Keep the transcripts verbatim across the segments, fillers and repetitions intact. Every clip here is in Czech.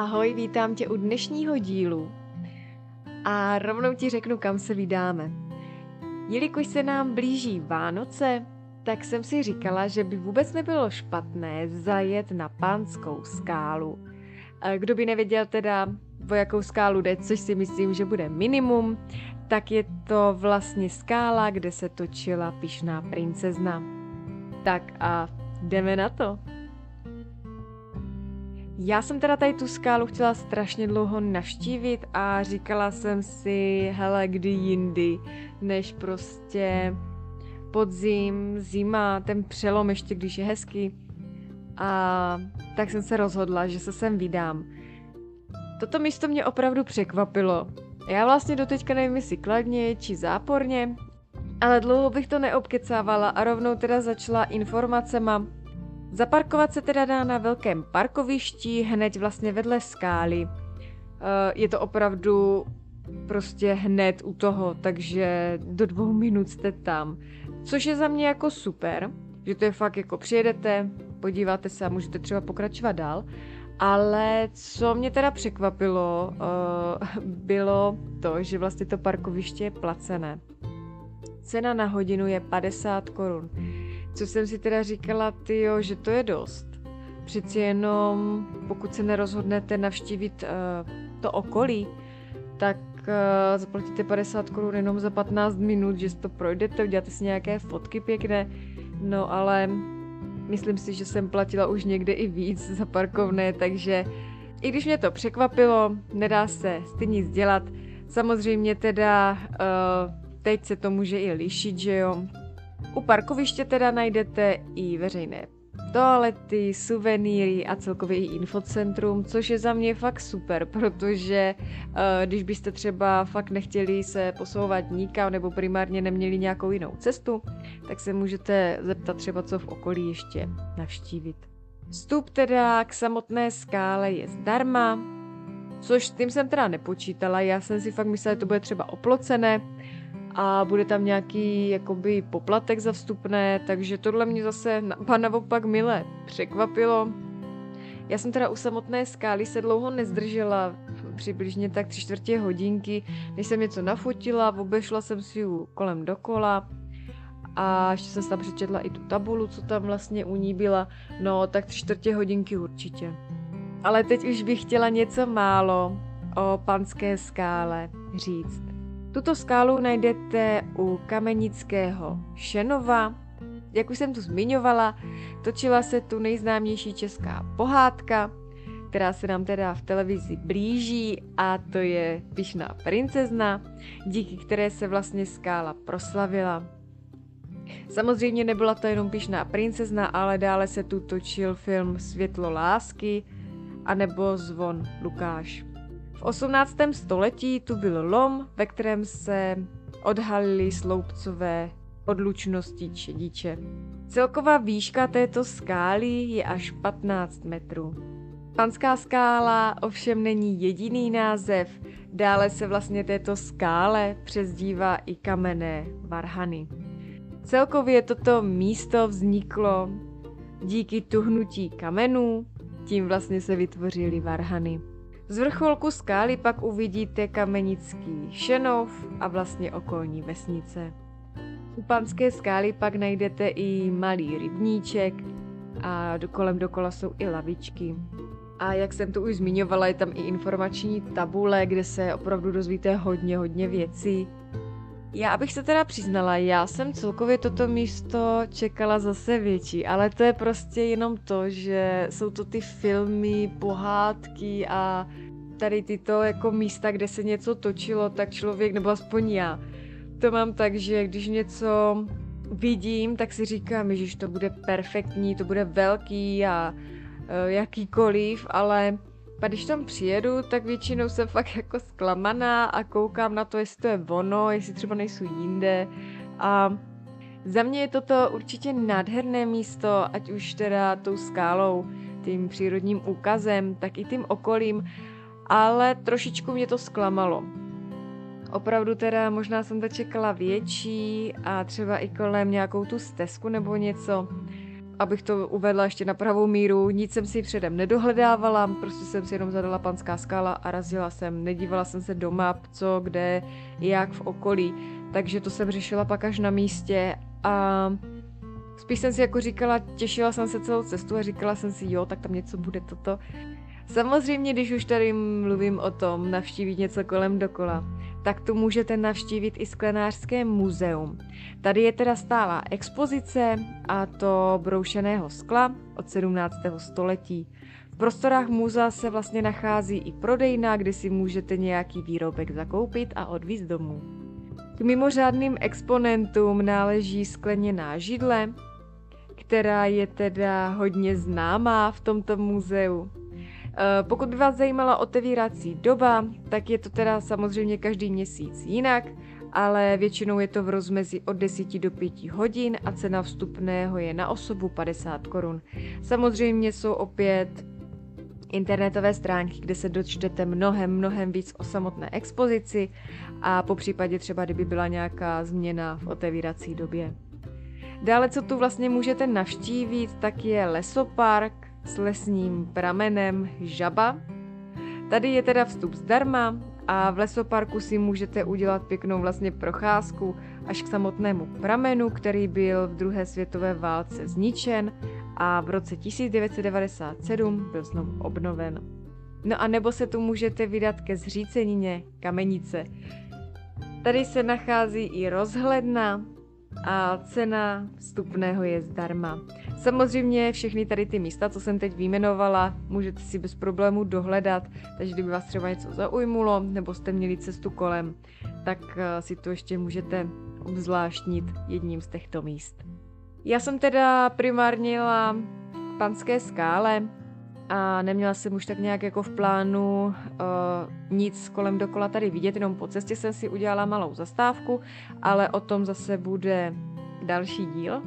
Ahoj, vítám tě u dnešního dílu a rovnou ti řeknu, kam se vydáme. Jelikož se nám blíží Vánoce, tak jsem si říkala, že by vůbec nebylo špatné zajet na Pánskou skálu. Kdo by nevěděl teda, o jakou skálu jde, což si myslím, že bude minimum, tak je to vlastně skála, kde se točila Pyšná princezna. Tak a jdeme na to. Já jsem teda tady tu skálu chtěla strašně dlouho navštívit a říkala jsem si, hele, kdy jindy, než prostě podzim, zima, ten přelom ještě, když je hezký. A tak jsem se rozhodla, že se sem vydám. Toto místo mě opravdu překvapilo. Já vlastně doteďka nevím, jestli kladně či záporně, ale dlouho bych to neobkecávala a rovnou teda začala informacema. Zaparkovat se teda dá na velkém parkovišti, hned vlastně vedle skály. Je to opravdu prostě hned u toho, takže do dvou minut jste tam. Což je za mě jako super, že to je fakt jako přijedete, podíváte se a můžete třeba pokračovat dál. Ale co mě teda překvapilo, bylo to, že vlastně to parkoviště je placené. Cena na hodinu je padesát korun. Co jsem si teda říkala, tyjo, že to je dost. Přeci jenom, pokud se nerozhodnete navštívit uh, to okolí, tak uh, zaplatíte padesát korun jenom za patnáct minut, že si to projdete, uděláte si nějaké fotky pěkné. No ale myslím si, že jsem platila už někde i víc za parkovné, takže i když mě to překvapilo, nedá se s tím nic dělat. Samozřejmě teda uh, teď se to může i lišit, že jo. U parkoviště teda najdete i veřejné toalety, suvenýry a celkově i infocentrum, což je za mě fakt super, protože uh, když byste třeba fakt nechtěli se posouvat nikam nebo primárně neměli nějakou jinou cestu, tak se můžete zeptat třeba, co v okolí ještě navštívit. Vstup teda k samotné skále je zdarma, což s tím jsem teda nepočítala, já jsem si fakt myslela, že to bude třeba oplocené, a bude tam nějaký jakoby poplatek za vstupné, takže tohle mě zase naopak mile překvapilo. Já jsem teda u samotné skály se dlouho nezdržela, přibližně tak tři čtvrtě hodinky, než jsem něco nafotila, obešla jsem si ji kolem dokola a ještě jsem tam přečetla i tu tabulu, co tam vlastně u ní byla, no tak tři čtvrtě hodinky určitě. Ale teď už bych chtěla něco málo o Panské skále říct. Tuto skálu najdete u Kamenického Šenova. Jak už jsem tu zmiňovala, točila se tu nejznámější česká pohádka, která se nám teda v televizi blíží, a to je Pyšná princezna, díky které se vlastně skála proslavila. Samozřejmě nebyla to jenom Pyšná princezna, ale dále se tu točil film Světlo lásky anebo Zvon Lukáš. V osmnáctém století tu byl lom, ve kterém se odhalily sloupcové odlučnosti čediče. Celková výška této skály je až patnáct metrů. Panská skála ovšem není jediný název, dále se vlastně této skále přezdívá i Kamenné varhany. Celkově toto místo vzniklo díky tuhnutí kamenů, tím vlastně se vytvořily varhany. Z vrcholku skály pak uvidíte Kamenický Šenov a vlastně okolní vesnice. U Panské skály pak najdete i malý rybníček a kolem dokola jsou i lavičky. A jak jsem to už zmiňovala, je tam i informační tabule, kde se opravdu dozvíte hodně, hodně věcí. Já abych se teda přiznala, já jsem celkově toto místo čekala zase větší, ale to je prostě jenom to, že jsou to ty filmy, pohádky a tady tyto jako místa, kde se něco točilo, tak člověk, nebo aspoň já, to mám tak, že když něco vidím, tak si říkám, že to bude perfektní, to bude velký a e, jakýkoliv, ale a když tam přijedu, tak většinou jsem fakt jako zklamaná a koukám na to, jestli to je ono, jestli třeba nejsou jinde. A za mě je toto určitě nádherné místo, ať už teda tou skálou, tím přírodním úkazem, tak i tím okolím, ale trošičku mě to zklamalo. Opravdu teda možná jsem to čekala větší a třeba i kolem nějakou tu stezku nebo něco. abych to uvedla ještě na pravou míru, nic jsem si předem nedohledávala, prostě jsem si jenom zadala Panská skála a razila jsem, nedívala jsem se do map, co, kde, jak v okolí, takže to jsem řešila pak až na místě a spíš jsem si jako říkala, těšila jsem se celou cestu a říkala jsem si, jo, tak tam něco bude toto. Samozřejmě, když už tady mluvím o tom navštívit něco kolem dokola, tak tu můžete navštívit i Sklenářské muzeum. Tady je teda stálá expozice, a to broušeného skla od sedmnáctého století. V prostorách muzea se vlastně nachází i prodejna, kde si můžete nějaký výrobek zakoupit a odvízt domů. K mimořádným exponentům náleží skleněná židle, která je teda hodně známá v tomto muzeu. Pokud by vás zajímala otevírací doba, tak je to teda samozřejmě každý měsíc jinak, ale většinou je to v rozmezí od deseti do pěti hodin a cena vstupného je na osobu padesát korun. Samozřejmě jsou opět internetové stránky, kde se dočtete mnohem, mnohem víc o samotné expozici a po případě třeba, kdyby byla nějaká změna v otevírací době. Dále, co tu vlastně můžete navštívit, tak je lesopark s lesním pramenem Žaba. Tady je teda vstup zdarma a v lesoparku si můžete udělat pěknou vlastně procházku až k samotnému pramenu, který byl v druhé světové válce zničen a v roce tisíc devět set devadesát sedm byl znovu obnoven. No a nebo se tu můžete vydat ke zřícenině Kamenice. Tady se nachází i rozhledna a cena vstupného je zdarma. Samozřejmě všechny tady ty místa, co jsem teď vyjmenovala, můžete si bez problémů dohledat, takže kdyby vás třeba něco zaujmulo, nebo jste měli cestu kolem, tak si to ještě můžete obzvláštnit jedním z těchto míst. Já jsem teda primárně jela k Panské skále a neměla jsem už tak nějak jako v plánu uh, nic kolem dokola tady vidět, jenom po cestě jsem si udělala malou zastávku, ale o tom zase bude další díl.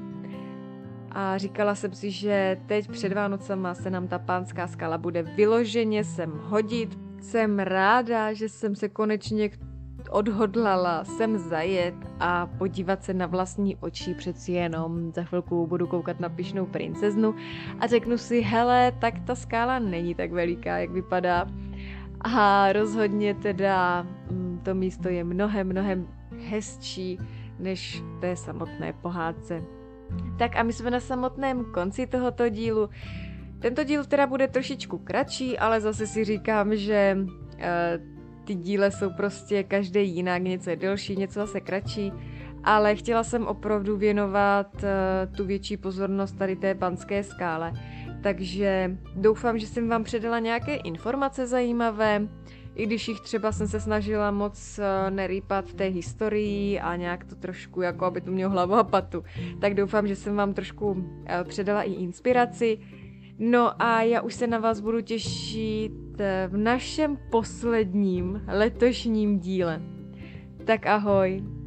A říkala jsem si, že teď před Vánocema se nám ta Panská skala bude vyloženě sem hodit. Jsem ráda, že jsem se konečně odhodlala sem zajet a podívat se na vlastní oči, přeci jenom za chvilku budu koukat na Pyšnou princeznu a řeknu si, hele, tak ta skála není tak veliká, jak vypadá. A rozhodně teda to místo je mnohem, mnohem hezčí než v té samotné pohádce. Tak a my jsme na samotném konci tohoto dílu. Tento díl teda bude trošičku kratší, ale zase si říkám, že e, ty díle jsou prostě každý jinak, něco je delší, něco zase kratší, ale chtěla jsem opravdu věnovat e, tu větší pozornost tady té Panské skále. Takže doufám, že jsem vám předala nějaké informace zajímavé, i když jich třeba jsem se snažila moc nerýpat v té historii a nějak to trošku, jako aby to mělo hlavu a patu, tak doufám, že jsem vám trošku předala i inspiraci. No a já už se na vás budu těšit v našem posledním letošním díle. Tak ahoj!